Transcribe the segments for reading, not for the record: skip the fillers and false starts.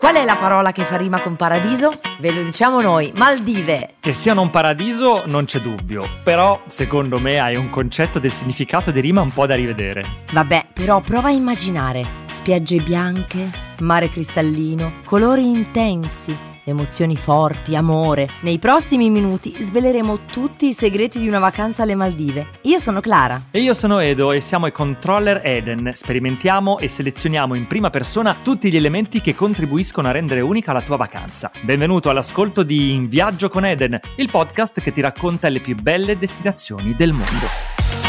Qual è la parola che fa rima con paradiso? Ve lo diciamo noi, Maldive! Che siano un paradiso non c'è dubbio, però secondo me hai un concetto del significato di rima un po' da rivedere. Vabbè, però prova a immaginare spiagge bianche, mare cristallino, colori intensi, emozioni forti, amore. Nei prossimi minuti sveleremo tutti i segreti di una vacanza alle Maldive. Io sono Clara. E io sono Edo e siamo i Controller Eden. Sperimentiamo e selezioniamo in prima persona tutti gli elementi che contribuiscono a rendere unica la tua vacanza. Benvenuto all'ascolto di In Viaggio con Eden, il podcast che ti racconta le più belle destinazioni del mondo.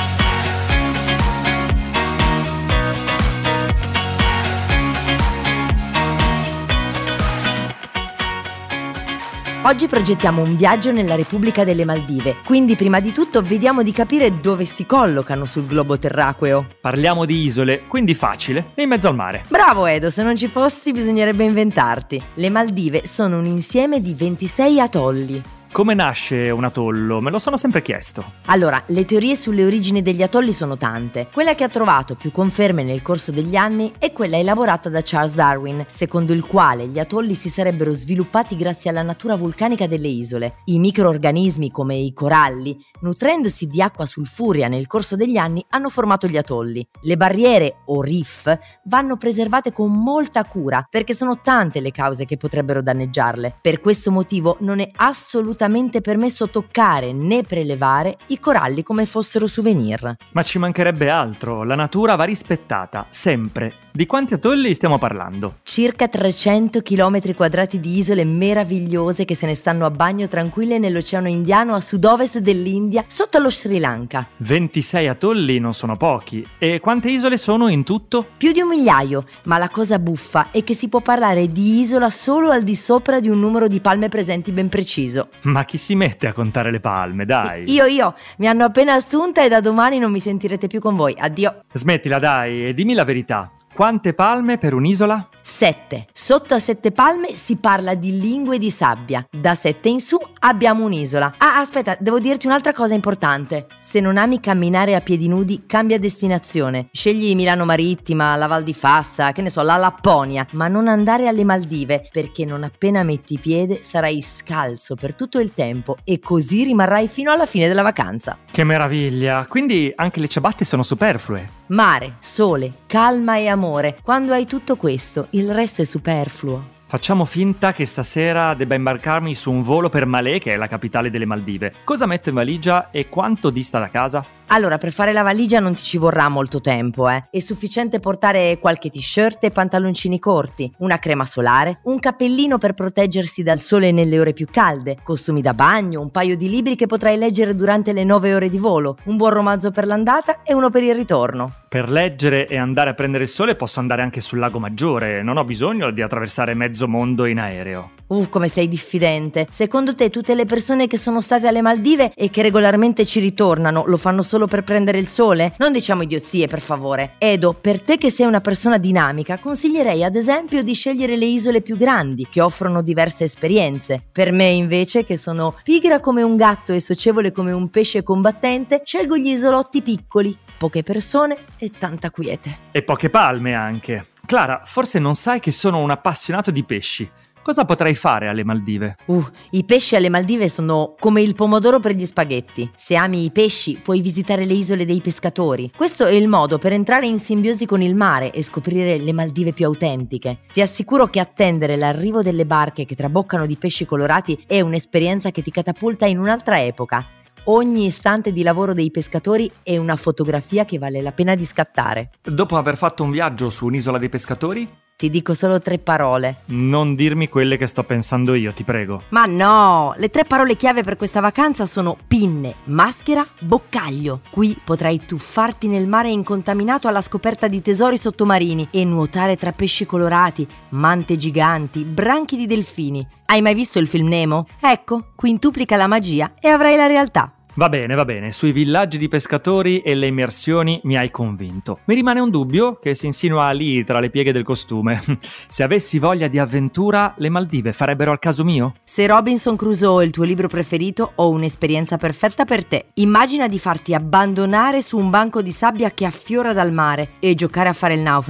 Oggi progettiamo un viaggio nella Repubblica delle Maldive, quindi prima di tutto vediamo di capire dove si collocano sul globo terracqueo. Parliamo di isole, quindi facile, e in mezzo al mare. Bravo Edo, se non ci fossi bisognerebbe inventarti. Le Maldive sono un insieme di 26 atolli. Come nasce un atollo? Me lo sono sempre chiesto. Allora, le teorie sulle origini degli atolli sono tante. Quella che ha trovato più conferme nel corso degli anni è quella elaborata da Charles Darwin, secondo il quale gli atolli si sarebbero sviluppati grazie alla natura vulcanica delle isole. I microrganismi, come i coralli, nutrendosi di acqua sulfurea nel corso degli anni, hanno formato gli atolli. Le barriere, o reef, vanno preservate con molta cura, perché sono tante le cause che potrebbero danneggiarle. Per questo motivo non è assolutamente permesso toccare né prelevare i coralli come fossero souvenir. Ma ci mancherebbe altro, la natura va rispettata, sempre. Di quanti atolli stiamo parlando? Circa 300 km quadrati di isole meravigliose che se ne stanno a bagno tranquille nell'Oceano Indiano a sud-ovest dell'India, sotto lo Sri Lanka. 26 atolli non sono pochi. E quante isole sono in tutto? Più di 1 migliaio, ma la cosa buffa è che si può parlare di isola solo al di sopra di un numero di palme presenti ben preciso. Ma chi si mette a contare le palme, dai? Io, mi hanno appena assunta e da domani non mi sentirete più con voi, addio. Smettila dai e dimmi la verità. Quante palme per un'isola? 7. Sotto a 7 palme si parla di lingue di sabbia. Da 7 in su abbiamo un'isola. Ah, aspetta, devo dirti un'altra cosa importante. Se non ami camminare a piedi nudi, cambia destinazione. Scegli Milano Marittima, la Val di Fassa, che ne so, la Lapponia, ma non andare alle Maldive, perché non appena metti piede sarai scalzo per tutto il tempo e così rimarrai fino alla fine della vacanza. Che meraviglia! Quindi anche le ciabatte sono superflue. Mare, sole, calma e amore. Quando hai tutto questo, il resto è superfluo. Facciamo finta che stasera debba imbarcarmi su un volo per Malé, che è la capitale delle Maldive. Cosa metto in valigia e quanto dista da casa? Allora, per fare la valigia non ti ci vorrà molto tempo, È sufficiente portare qualche t-shirt e pantaloncini corti, una crema solare, un cappellino per proteggersi dal sole nelle ore più calde, costumi da bagno, un paio di libri che potrai leggere durante le 9 ore di volo, un buon romanzo per l'andata e uno per il ritorno. Per leggere e andare a prendere il sole posso andare anche sul Lago Maggiore, non ho bisogno di attraversare mezzo mondo in aereo. Come sei diffidente. Secondo te tutte le persone che sono state alle Maldive e che regolarmente ci ritornano lo fanno solo per prendere il sole? Non diciamo idiozie, per favore. Edo, per te che sei una persona dinamica, consiglierei ad esempio di scegliere le isole più grandi, che offrono diverse esperienze. Per me invece, che sono pigra come un gatto e socievole come un pesce combattente, scelgo gli isolotti piccoli, poche persone e tanta quiete. E poche palme anche. Clara, forse non sai che sono un appassionato di pesci. Cosa potrei fare alle Maldive? I pesci alle Maldive sono come il pomodoro per gli spaghetti. Se ami i pesci, puoi visitare le isole dei pescatori. Questo è il modo per entrare in simbiosi con il mare e scoprire le Maldive più autentiche. Ti assicuro che attendere l'arrivo delle barche che traboccano di pesci colorati è un'esperienza che ti catapulta in un'altra epoca. Ogni istante di lavoro dei pescatori è una fotografia che vale la pena di scattare. Dopo aver fatto un viaggio su un'isola dei pescatori? Ti dico solo 3 parole. Non dirmi quelle che sto pensando io, ti prego. Ma no! Le 3 parole chiave per questa vacanza sono pinne, maschera, boccaglio. Qui potrai tuffarti nel mare incontaminato alla scoperta di tesori sottomarini e nuotare tra pesci colorati, mante giganti, branchi di delfini. Hai mai visto il film Nemo? Ecco, quintuplica la magia e avrai la realtà. Va bene, sui villaggi di pescatori e le immersioni mi hai convinto. Mi rimane un dubbio che si insinua lì tra le pieghe del costume. Se avessi voglia di avventura, le Maldive farebbero al caso mio? Se Robinson Crusoe è il tuo libro preferito, ho un'esperienza perfetta per te. Immagina di farti abbandonare su un banco di sabbia che affiora dal mare e giocare a fare il naufrago.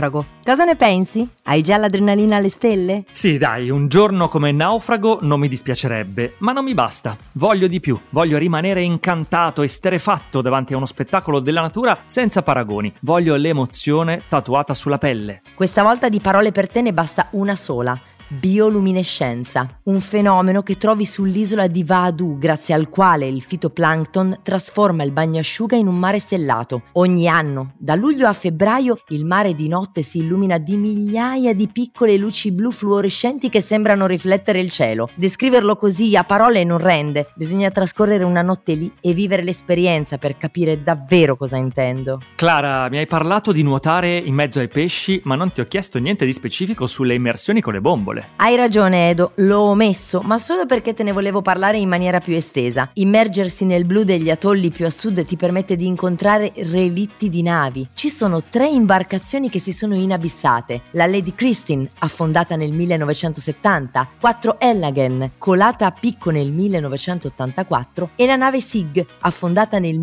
Cosa ne pensi? Hai già l'adrenalina alle stelle? Sì, dai, un giorno come naufrago non mi dispiacerebbe, ma non mi basta. Voglio di più, voglio rimanere incantato, esterrefatto davanti a uno spettacolo della natura senza paragoni. Voglio l'emozione tatuata sulla pelle. Questa volta di parole per te ne basta una sola. Bioluminescenza, un fenomeno che trovi sull'isola di Vaadhoo, grazie al quale il fitoplancton trasforma il bagnasciuga in un mare stellato. Ogni anno, da luglio a febbraio, il mare di notte si illumina di migliaia di piccole luci blu fluorescenti che sembrano riflettere il cielo. Descriverlo così a parole non rende, bisogna trascorrere una notte lì e vivere l'esperienza per capire davvero cosa intendo. Clara, mi hai parlato di nuotare in mezzo ai pesci, ma non ti ho chiesto niente di specifico sulle immersioni con le bombole. Hai ragione Edo, l'ho omesso, ma solo perché te ne volevo parlare in maniera più estesa. Immergersi nel blu degli atolli più a sud ti permette di incontrare relitti di navi. Ci sono 3 imbarcazioni che si sono inabissate: la Lady Christine, affondata nel 1970, 4 Ellagen, colata a picco nel 1984, e la nave Sig, affondata nel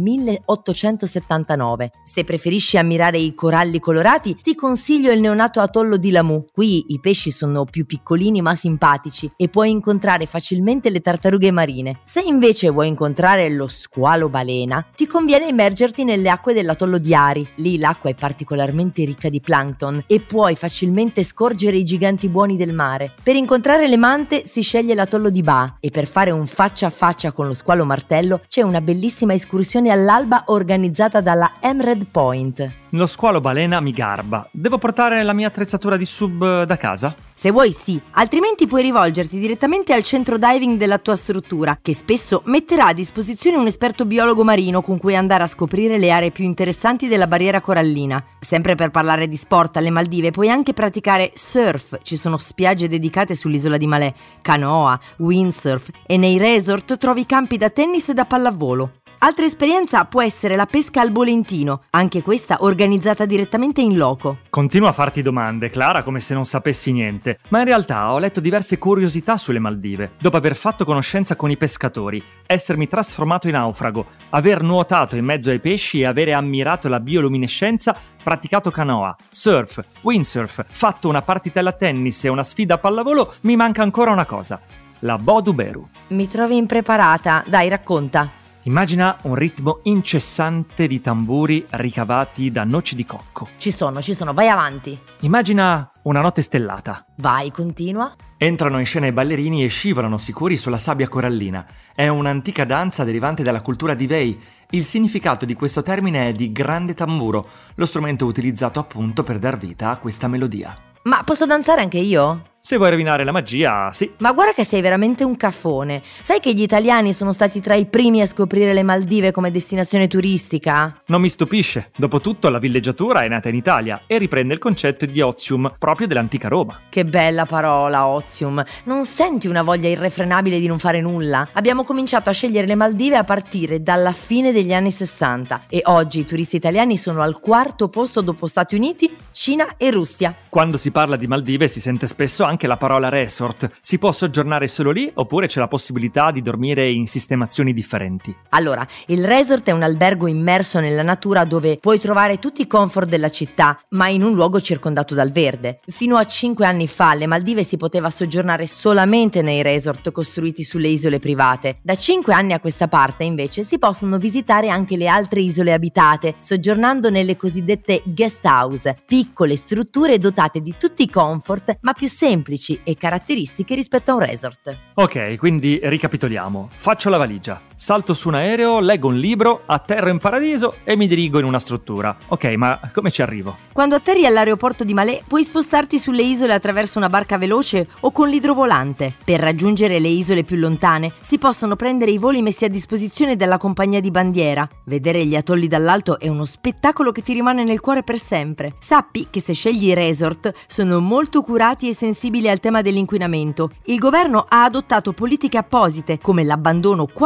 1879. Se preferisci ammirare i coralli colorati, ti consiglio il neonato atollo di Lamu. Qui i pesci sono più piccolini ma simpatici e puoi incontrare facilmente le tartarughe marine. Se invece vuoi incontrare lo squalo balena, ti conviene immergerti nelle acque dell'atollo di Ari. Lì l'acqua è particolarmente ricca di plankton e puoi facilmente scorgere i giganti buoni del mare. Per incontrare le mante si sceglie l'atollo di Ba, e per fare un faccia a faccia con lo squalo martello c'è una bellissima escursione all'alba organizzata dalla Emerald Point. Lo squalo balena mi garba. Devo portare la mia attrezzatura di sub da casa? Se vuoi sì, altrimenti puoi rivolgerti direttamente al centro diving della tua struttura, che spesso metterà a disposizione un esperto biologo marino con cui andare a scoprire le aree più interessanti della barriera corallina. Sempre per parlare di sport, alle Maldive puoi anche praticare surf. Ci sono spiagge dedicate sull'isola di Malé, canoa, windsurf, e nei resort trovi campi da tennis e da pallavolo. Altra esperienza può essere la pesca al volentino, anche questa organizzata direttamente in loco. Continuo a farti domande, Clara, come se non sapessi niente, ma in realtà ho letto diverse curiosità sulle Maldive. Dopo aver fatto conoscenza con i pescatori, essermi trasformato in naufrago, aver nuotato in mezzo ai pesci e avere ammirato la bioluminescenza, praticato canoa, surf, windsurf, fatto una partitella a tennis e una sfida a pallavolo, mi manca ancora una cosa: la Bodu Beru. Mi trovi impreparata, dai, racconta. Immagina un ritmo incessante di tamburi ricavati da noci di cocco. Ci sono, vai avanti. Immagina una notte stellata. Vai, continua. Entrano in scena i ballerini e scivolano sicuri sulla sabbia corallina. È un'antica danza derivante dalla cultura di Vei. Il significato di questo termine è di grande tamburo, lo strumento utilizzato appunto per dar vita a questa melodia. Ma posso danzare anche io? Se vuoi rovinare la magia, sì. Ma guarda che sei veramente un cafone. Sai che gli italiani sono stati tra i primi a scoprire le Maldive come destinazione turistica? Non mi stupisce. Dopotutto la villeggiatura è nata in Italia e riprende il concetto di ozium, proprio dell'antica Roma. Che bella parola, ozium. Non senti una voglia irrefrenabile di non fare nulla? Abbiamo cominciato a scegliere le Maldive a partire dalla fine degli anni 60 e oggi i turisti italiani sono al 4° posto dopo Stati Uniti, Cina e Russia. Quando si parla di Maldive si sente spesso anche la parola resort. Si può soggiornare solo lì oppure c'è la possibilità di dormire in sistemazioni differenti? Allora, il resort è un albergo immerso nella natura dove puoi trovare tutti i comfort della città, ma in un luogo circondato dal verde. Fino a 5 anni fa alle Maldive si poteva soggiornare solamente nei resort costruiti sulle isole private. Da 5 anni a questa parte invece si possono visitare anche le altre isole abitate, soggiornando nelle cosiddette guest house, piccole strutture dotate di tutti i comfort ma più semplici e caratteristiche rispetto a un resort. Ok, quindi ricapitoliamo. Faccio la valigia, salto su un aereo, leggo un libro, atterro in paradiso e mi dirigo in una struttura. Ok, ma come ci arrivo? Quando atterri all'aeroporto di Malé puoi spostarti sulle isole attraverso una barca veloce o con l'idrovolante. Per raggiungere le isole più lontane si possono prendere i voli messi a disposizione dalla compagnia di bandiera. Vedere gli atolli dall'alto è uno spettacolo che ti rimane nel cuore per sempre. Sappi che se scegli i resort sono molto curati e sensibili al tema dell'inquinamento. Il governo ha adottato politiche apposite come l'abbandono quasi totale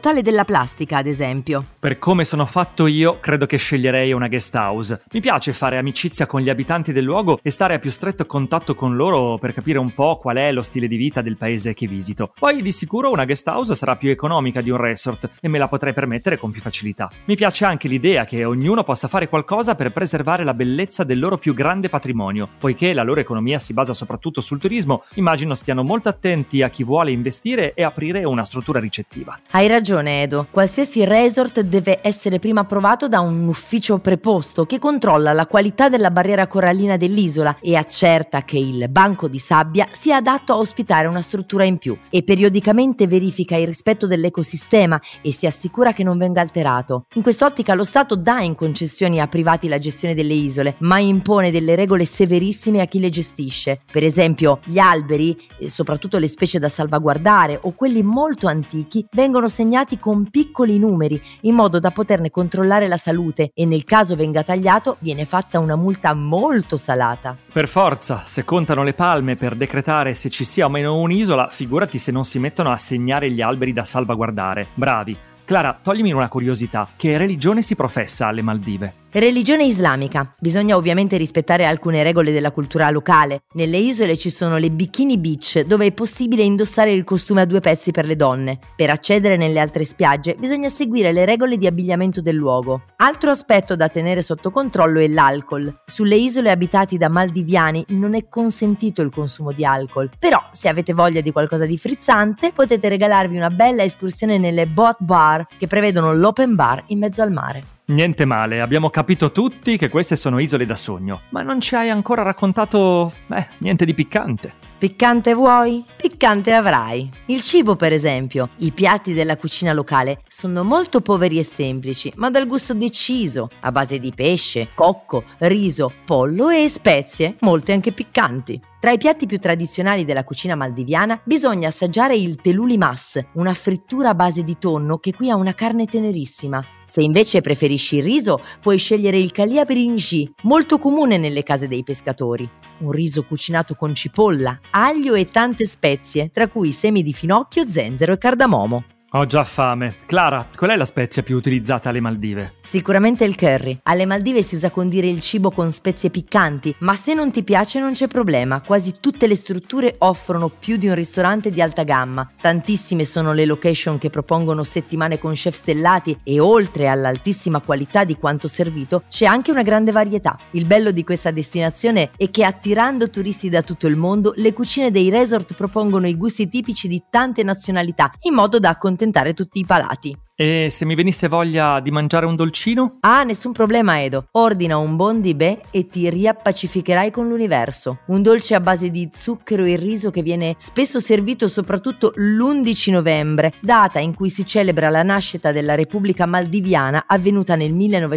totale della plastica, ad esempio. Per come sono fatto io, credo che sceglierei una guest house. Mi piace fare amicizia con gli abitanti del luogo e stare a più stretto contatto con loro per capire un po' qual è lo stile di vita del paese che visito. Poi di sicuro una guest house sarà più economica di un resort e me la potrei permettere con più facilità. Mi piace anche l'idea che ognuno possa fare qualcosa per preservare la bellezza del loro più grande patrimonio. Poiché la loro economia si basa soprattutto sul turismo, immagino stiano molto attenti a chi vuole investire e aprire una struttura ricettiva. Hai ragione, Edo. Qualsiasi resort deve essere prima approvato da un ufficio preposto che controlla la qualità della barriera corallina dell'isola e accerta che il banco di sabbia sia adatto a ospitare una struttura in più e periodicamente verifica il rispetto dell'ecosistema e si assicura che non venga alterato. In quest'ottica lo Stato dà in concessioni a privati la gestione delle isole, ma impone delle regole severissime a chi le gestisce. Per esempio, gli alberi, soprattutto le specie da salvaguardare o quelli molto antichi, vengono segnati con piccoli numeri in modo da poterne controllare la salute e nel caso venga tagliato viene fatta una multa molto salata. Per forza, se contano le palme per decretare se ci sia o meno un'isola, figurati se non si mettono a segnare gli alberi da salvaguardare. Bravi. Clara, toglimi una curiosità. Che religione si professa alle Maldive? Religione islamica. Bisogna ovviamente rispettare alcune regole della cultura locale. Nelle isole ci sono le bikini beach, dove è possibile indossare il costume a 2 pezzi per le donne. Per accedere nelle altre spiagge bisogna seguire le regole di abbigliamento del luogo. Altro aspetto da tenere sotto controllo è l'alcol. Sulle isole abitate da maldiviani non è consentito il consumo di alcol. Però, se avete voglia di qualcosa di frizzante, potete regalarvi una bella escursione nelle boat bar, che prevedono l'open bar in mezzo al mare. Niente male, abbiamo capito tutti che queste sono isole da sogno, ma non ci hai ancora raccontato, niente di piccante. Piccante vuoi? Piccante avrai. Il cibo, per esempio. I piatti della cucina locale sono molto poveri e semplici, ma dal gusto deciso, a base di pesce, cocco, riso, pollo e spezie, molte anche piccanti. Tra i piatti più tradizionali della cucina maldiviana bisogna assaggiare il teluli mas, una frittura a base di tonno che qui ha una carne tenerissima. Se invece preferisci il riso, puoi scegliere il kalia birinji, molto comune nelle case dei pescatori. Un riso cucinato con cipolla, aglio e tante spezie, tra cui semi di finocchio, zenzero e cardamomo. Ho già fame. Clara, qual è la spezia più utilizzata alle Maldive? Sicuramente il curry. Alle Maldive si usa condire il cibo con spezie piccanti, ma se non ti piace non c'è problema. Quasi tutte le strutture offrono più di un ristorante di alta gamma. Tantissime sono le location che propongono settimane con chef stellati e oltre all'altissima qualità di quanto servito c'è anche una grande varietà. Il bello di questa destinazione è che attirando turisti da tutto il mondo, le cucine dei resort propongono i gusti tipici di tante nazionalità in modo da accontentare tutti i palati. E se mi venisse voglia di mangiare un dolcino? Ah, nessun problema, Edo. Ordina un bon di bè e ti riappacificherai con l'universo. Un dolce a base di zucchero e riso che viene spesso servito soprattutto l'11 novembre, data in cui si celebra la nascita della Repubblica Maldiviana avvenuta nel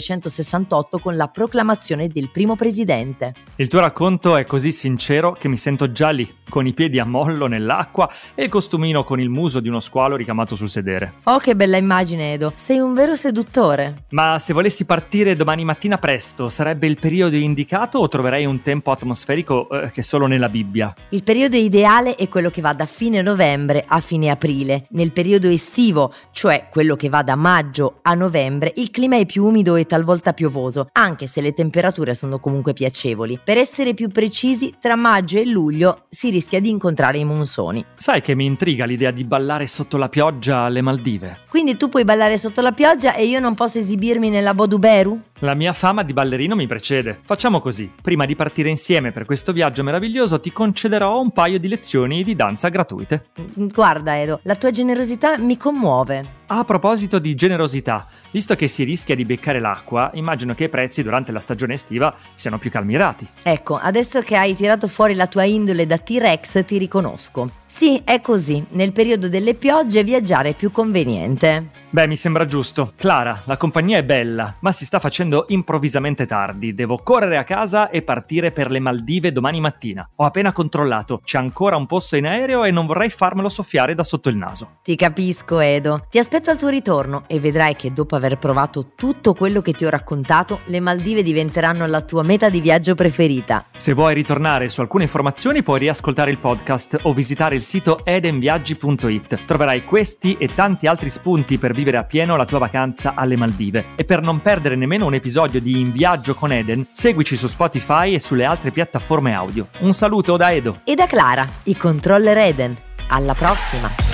1968 con la proclamazione del primo presidente. Il tuo racconto è così sincero che mi sento già lì, con i piedi a mollo nell'acqua e il costumino con il muso di uno squalo ricamato sul sedere. Oh, che bella immagine, Edo. Sei un vero seduttore. Ma se volessi partire domani mattina presto, sarebbe il periodo indicato o troverei un tempo atmosferico che solo nella Bibbia? Il periodo ideale è quello che va da fine novembre a fine aprile. Nel periodo estivo, cioè quello che va da maggio a novembre, il clima è più umido e talvolta piovoso, anche se le temperature sono comunque piacevoli. Per essere più precisi, tra maggio e luglio si rischia di incontrare i monsoni. Sai che mi intriga l'idea di ballare sotto la pioggia alle Maldive? Quindi tu puoi ballare sotto la pioggia e io non posso esibirmi nella Boduberu? La mia fama di ballerino mi precede. Facciamo così. Prima di partire insieme per questo viaggio meraviglioso ti concederò un paio di lezioni di danza gratuite. Guarda, Edo, la tua generosità mi commuove. A proposito di generosità, visto che si rischia di beccare l'acqua, immagino che i prezzi durante la stagione estiva siano più calmierati. Ecco, adesso che hai tirato fuori la tua indole da T-Rex ti riconosco. Sì, è così. Nel periodo delle piogge viaggiare è più conveniente. Beh, mi sembra giusto. Clara, la compagnia è bella, ma si sta facendo facendo improvvisamente tardi, devo correre a casa e partire per le Maldive domani mattina. Ho appena controllato, c'è ancora un posto in aereo e non vorrei farmelo soffiare da sotto il naso. Ti capisco, Edo. Ti aspetto al tuo ritorno e vedrai che dopo aver provato tutto quello che ti ho raccontato, le Maldive diventeranno la tua meta di viaggio preferita. Se vuoi ritornare su alcune informazioni puoi riascoltare il podcast o visitare il sito edenviaggi.it. Troverai questi e tanti altri spunti per vivere a pieno la tua vacanza alle Maldive. E per non perdere nemmeno un episodio di In Viaggio con Eden, seguici su Spotify e sulle altre piattaforme audio. Un saluto da Edo E da Clara, i controller Eden. Alla prossima!